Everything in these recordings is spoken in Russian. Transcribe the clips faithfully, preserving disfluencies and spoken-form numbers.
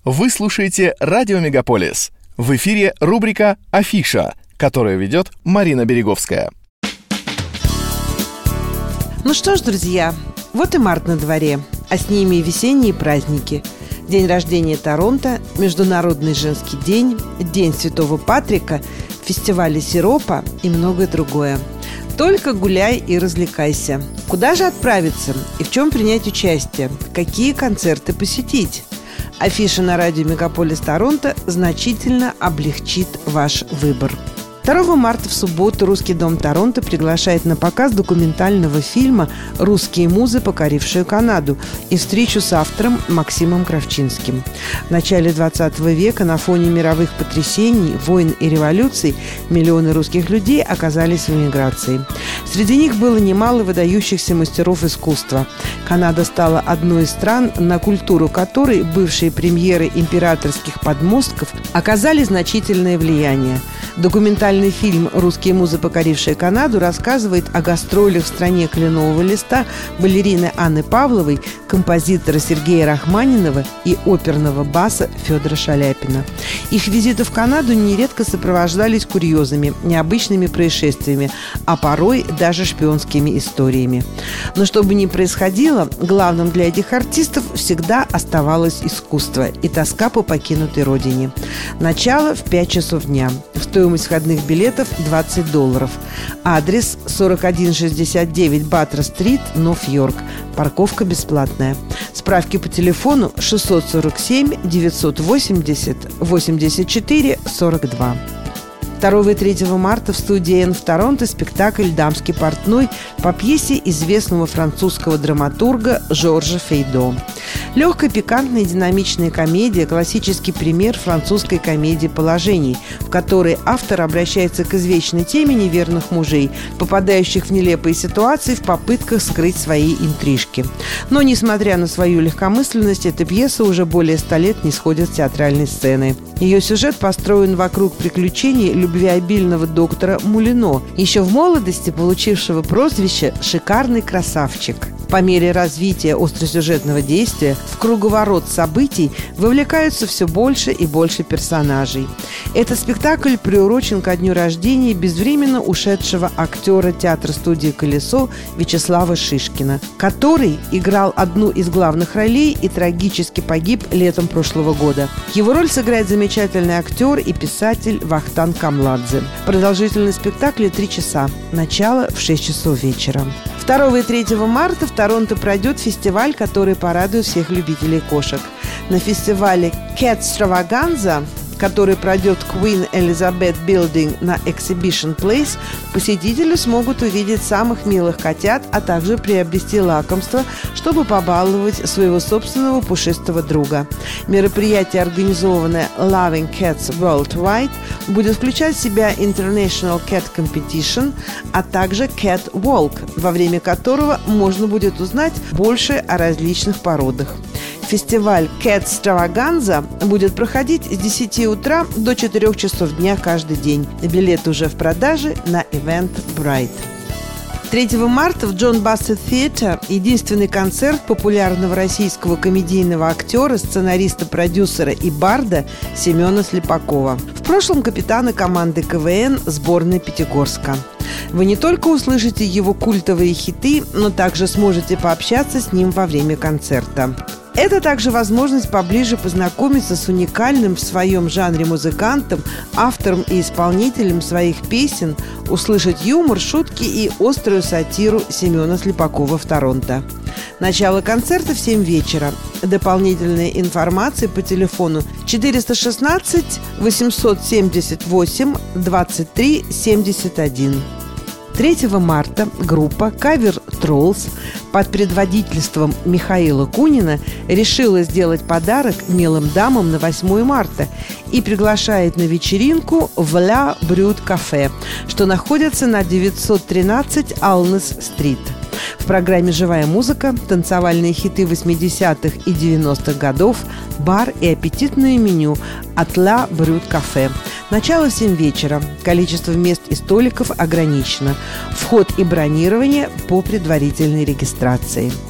Вы слушаете «Радио Мегаполис». В эфире рубрика «Афиша», которую ведет Марина Береговская. Ну что ж, друзья, вот и март на дворе, а с ними и весенние праздники. День рождения Торонто, Международный женский день, День Святого Патрика, фестивали сиропа и многое другое. Только гуляй и развлекайся. Куда же отправиться и в чем принять участие? Какие концерты посетить? Афиша на радио Мегаполис Торонто значительно облегчит ваш выбор. второго марта в субботу Русский дом Торонто приглашает на показ документального фильма «Русские музы, покорившие Канаду» и встречу с автором Максимом Кравчинским. В начале двадцатого века на фоне мировых потрясений, войн и революций миллионы русских людей оказались в эмиграции. Среди них было немало выдающихся мастеров искусства. Канада стала одной из стран, на культуру которой бывшие премьеры императорских подмостков оказали значительное влияние. Документальный фильм «Русские музы, покорившие Канаду» рассказывает о гастролях в стране кленового листа балерины Анны Павловой, композитора Сергея Рахманинова и оперного баса Федора Шаляпина. Их визиты в Канаду нередко сопровождались курьезами, необычными происшествиями, а порой даже шпионскими историями. Но что бы ни происходило, главным для этих артистов всегда оставалось искусство и тоска по покинутой родине. Начало в пять часов дня. Стоимость входных билетов двадцать долларов. Адрес сорок один шестьдесят девять Баттер-стрит, Нов-Йорк. Парковка бесплатная. Справки по телефону шестьсот сорок семь девятьсот восемьдесят восемьдесят четыре сорок два. второго и третьего марта в студии Н в Торонто спектакль «Дамский портной» по пьесе известного французского драматурга Жоржа Фейдо. Легкая, пикантная и динамичная комедия – классический пример французской комедии положений, в которой автор обращается к извечной теме неверных мужей, попадающих в нелепые ситуации в попытках скрыть свои интрижки. Но, несмотря на свою легкомысленность, эта пьеса уже более ста лет не сходит с театральной сцены. Ее сюжет построен вокруг приключений любвеобильного доктора Мулино, еще в молодости получившего прозвище «Шикарный красавчик». По мере развития остросюжетного действия в круговорот событий вовлекаются все больше и больше персонажей. Этот спектакль приурочен ко дню рождения безвременно ушедшего актера театра-студии «Колесо» Вячеслава Шишкина, который играл одну из главных ролей и трагически погиб летом прошлого года. Его роль сыграет замечательный актер и писатель Вахтанг Камладзе. Продолжительность спектакля три часа. Начало в шесть часов вечера. второго и третьего марта в Торонто пройдет фестиваль, который порадует всех любителей кошек. На фестивале Cat Extravaganza, который пройдет в Queen Elizabeth Building на Exhibition Place, посетители смогут увидеть самых милых котят, а также приобрести лакомство, чтобы побаловать своего собственного пушистого друга. Мероприятие, организованное Loving Cats Worldwide, будет включать в себя International Cat Competition, а также Cat Walk, во время которого можно будет узнать больше о различных породах. Фестиваль Cat Extravaganza будет проходить с десяти утра до четырёх часов дня каждый день. Билеты уже в продаже на Eventbrite. третьего марта в Джон Бассет Theatre единственный концерт популярного российского комедийного актера, сценариста, продюсера и барда Семена Слепакова. В прошлом капитана команды КВН сборной Пятигорска. Вы не только услышите его культовые хиты, но также сможете пообщаться с ним во время концерта. Это также возможность поближе познакомиться с уникальным в своем жанре музыкантом, автором и исполнителем своих песен, услышать юмор, шутки и острую сатиру Семена Слепакова в Торонто. Начало концерта в семь вечера. Дополнительная информация по телефону четыреста шестнадцать восемьсот семьдесят восемь двадцать три семьдесят один. третьего марта группа Cover Trolls под предводительством Михаила Кунина решила сделать подарок милым дамам на восьмое марта и приглашает на вечеринку в Ля Брют Кафе, что находится на девятьсот тринадцать Алнес-стрит. В программе «Живая музыка», танцевальные хиты восьмидесятых и девяностых годов, бар и аппетитное меню от Ля Брют Кафе. Начало в семь вечера. Количество мест и столиков ограничено. Вход и бронирование по предварительной регистрации.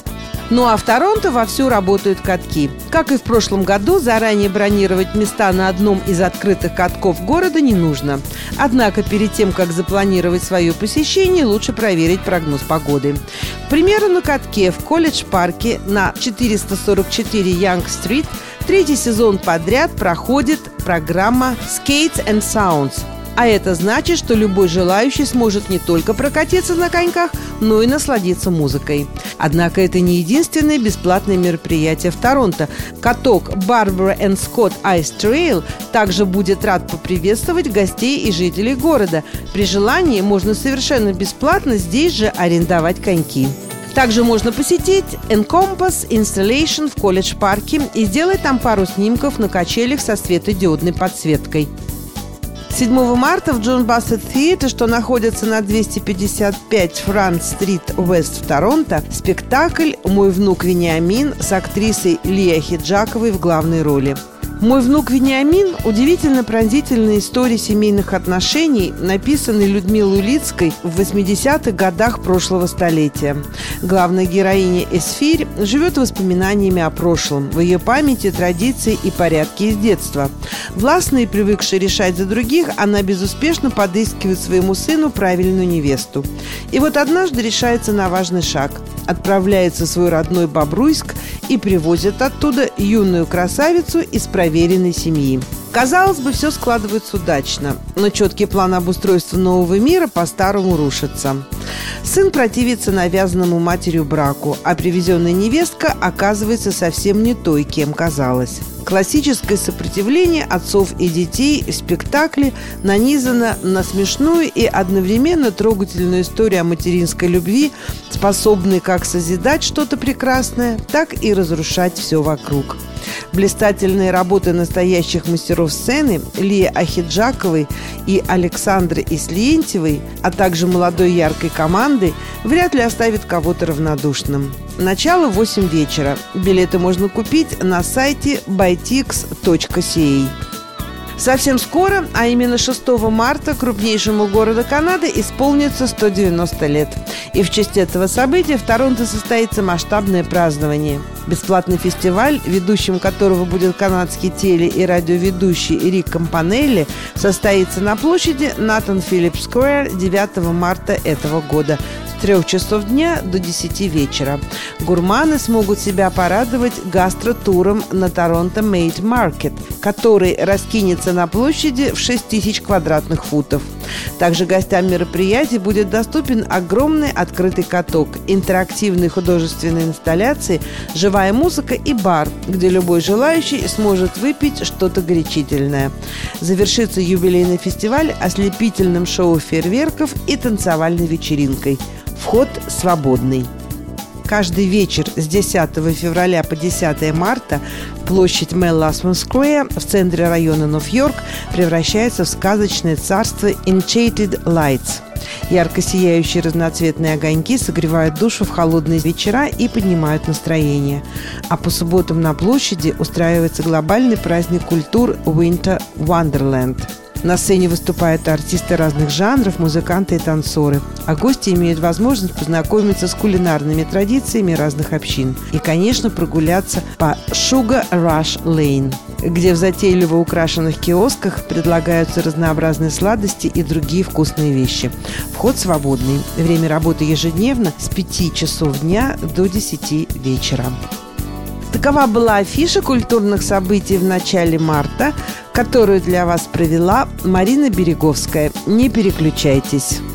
Ну а в Торонто вовсю работают катки. Как и в прошлом году, заранее бронировать места на одном из открытых катков города не нужно. Однако перед тем, как запланировать свое посещение, лучше проверить прогноз погоды. К примеру, на катке в колледж-парке на четыреста сорок четыре Янг-стрит третий сезон подряд проходит программа Skates and Sounds. А это значит, что любой желающий сможет не только прокатиться на коньках, но и насладиться музыкой. Однако это не единственное бесплатное мероприятие в Торонто. Каток Barbara and Scott Ice Trail также будет рад поприветствовать гостей и жителей города. При желании можно совершенно бесплатно здесь же арендовать коньки. Также можно посетить Encompass Installation в колледж-парке и сделать там пару снимков на качелях со светодиодной подсветкой. седьмого марта в Джон Бассет Theatre, что находится на двести пятьдесят пять Франц-стрит Уэст в Торонто, спектакль «Мой внук Вениамин» с актрисой Лией Ахеджаковой в главной роли. «Мой внук Вениамин» – удивительно пронзительная история семейных отношений, написанной Людмилой Улицкой в восьмидесятых годах прошлого столетия. Главная героиня Эсфирь живет воспоминаниями о прошлом, в ее памяти традиции и порядки из детства. Властная и привыкшая решать за других, она безуспешно подыскивает своему сыну правильную невесту. И вот однажды решается на важный шаг – отправляется в свой родной Бобруйск и привозит оттуда юную красавицу из проверенной семьи. Казалось бы, все складывается удачно, но четкий план обустройства нового мира по-старому рушится. Сын противится навязанному матерью браку, а привезенная невестка оказывается совсем не той, кем казалась. Классическое сопротивление отцов и детей в спектакле нанизано на смешную и одновременно трогательную историю о материнской любви, способной как созидать что-то прекрасное, так и разрушать все вокруг. Блистательные работы настоящих мастеров сцены Лии Ахеджаковой и Александры Ислиентьевой, а также молодой яркой команды, вряд ли оставят кого-то равнодушным. Начало в восемь вечера. Билеты можно купить на сайте байтикс точка си эй. Совсем скоро, а именно шестого марта, крупнейшему городу Канады исполнится сто девяносто лет. И в честь этого события в Торонто состоится масштабное празднование. Бесплатный фестиваль, ведущим которого будет канадский теле- и радиоведущий Рик Кампанелли, состоится на площади Натан Филлипс Сквер девятого марта этого года с трех часов дня до десяти вечера. Гурманы смогут себя порадовать гастротуром на Торонто Мейд Маркет, который раскинется на площади в шесть тысяч квадратных футов. Также гостям мероприятий будет доступен огромный открытый каток, интерактивные художественные инсталляции, живая музыка и бар, где любой желающий сможет выпить что-то горячительное. Завершится юбилейный фестиваль ослепительным шоу фейерверков и танцевальной вечеринкой. Вход свободный. Каждый вечер с десятого февраля по десятое марта площадь Мэл Ласман Сквер в центре района Нов-Йорк превращается в сказочное царство Enchanted Lights. Ярко сияющие разноцветные огоньки согревают душу в холодные вечера и поднимают настроение. А по субботам на площади устраивается глобальный праздник культур Winter Wonderland. На сцене выступают артисты разных жанров, музыканты и танцоры. А гости имеют возможность познакомиться с кулинарными традициями разных общин. И, конечно, прогуляться по Sugar Rush Lane, где в затейливо украшенных киосках предлагаются разнообразные сладости и другие вкусные вещи. Вход свободный. Время работы ежедневно с пяти часов дня до десяти вечера. Такова была афиша культурных событий в начале марта, которую для вас провела Марина Береговская. Не переключайтесь.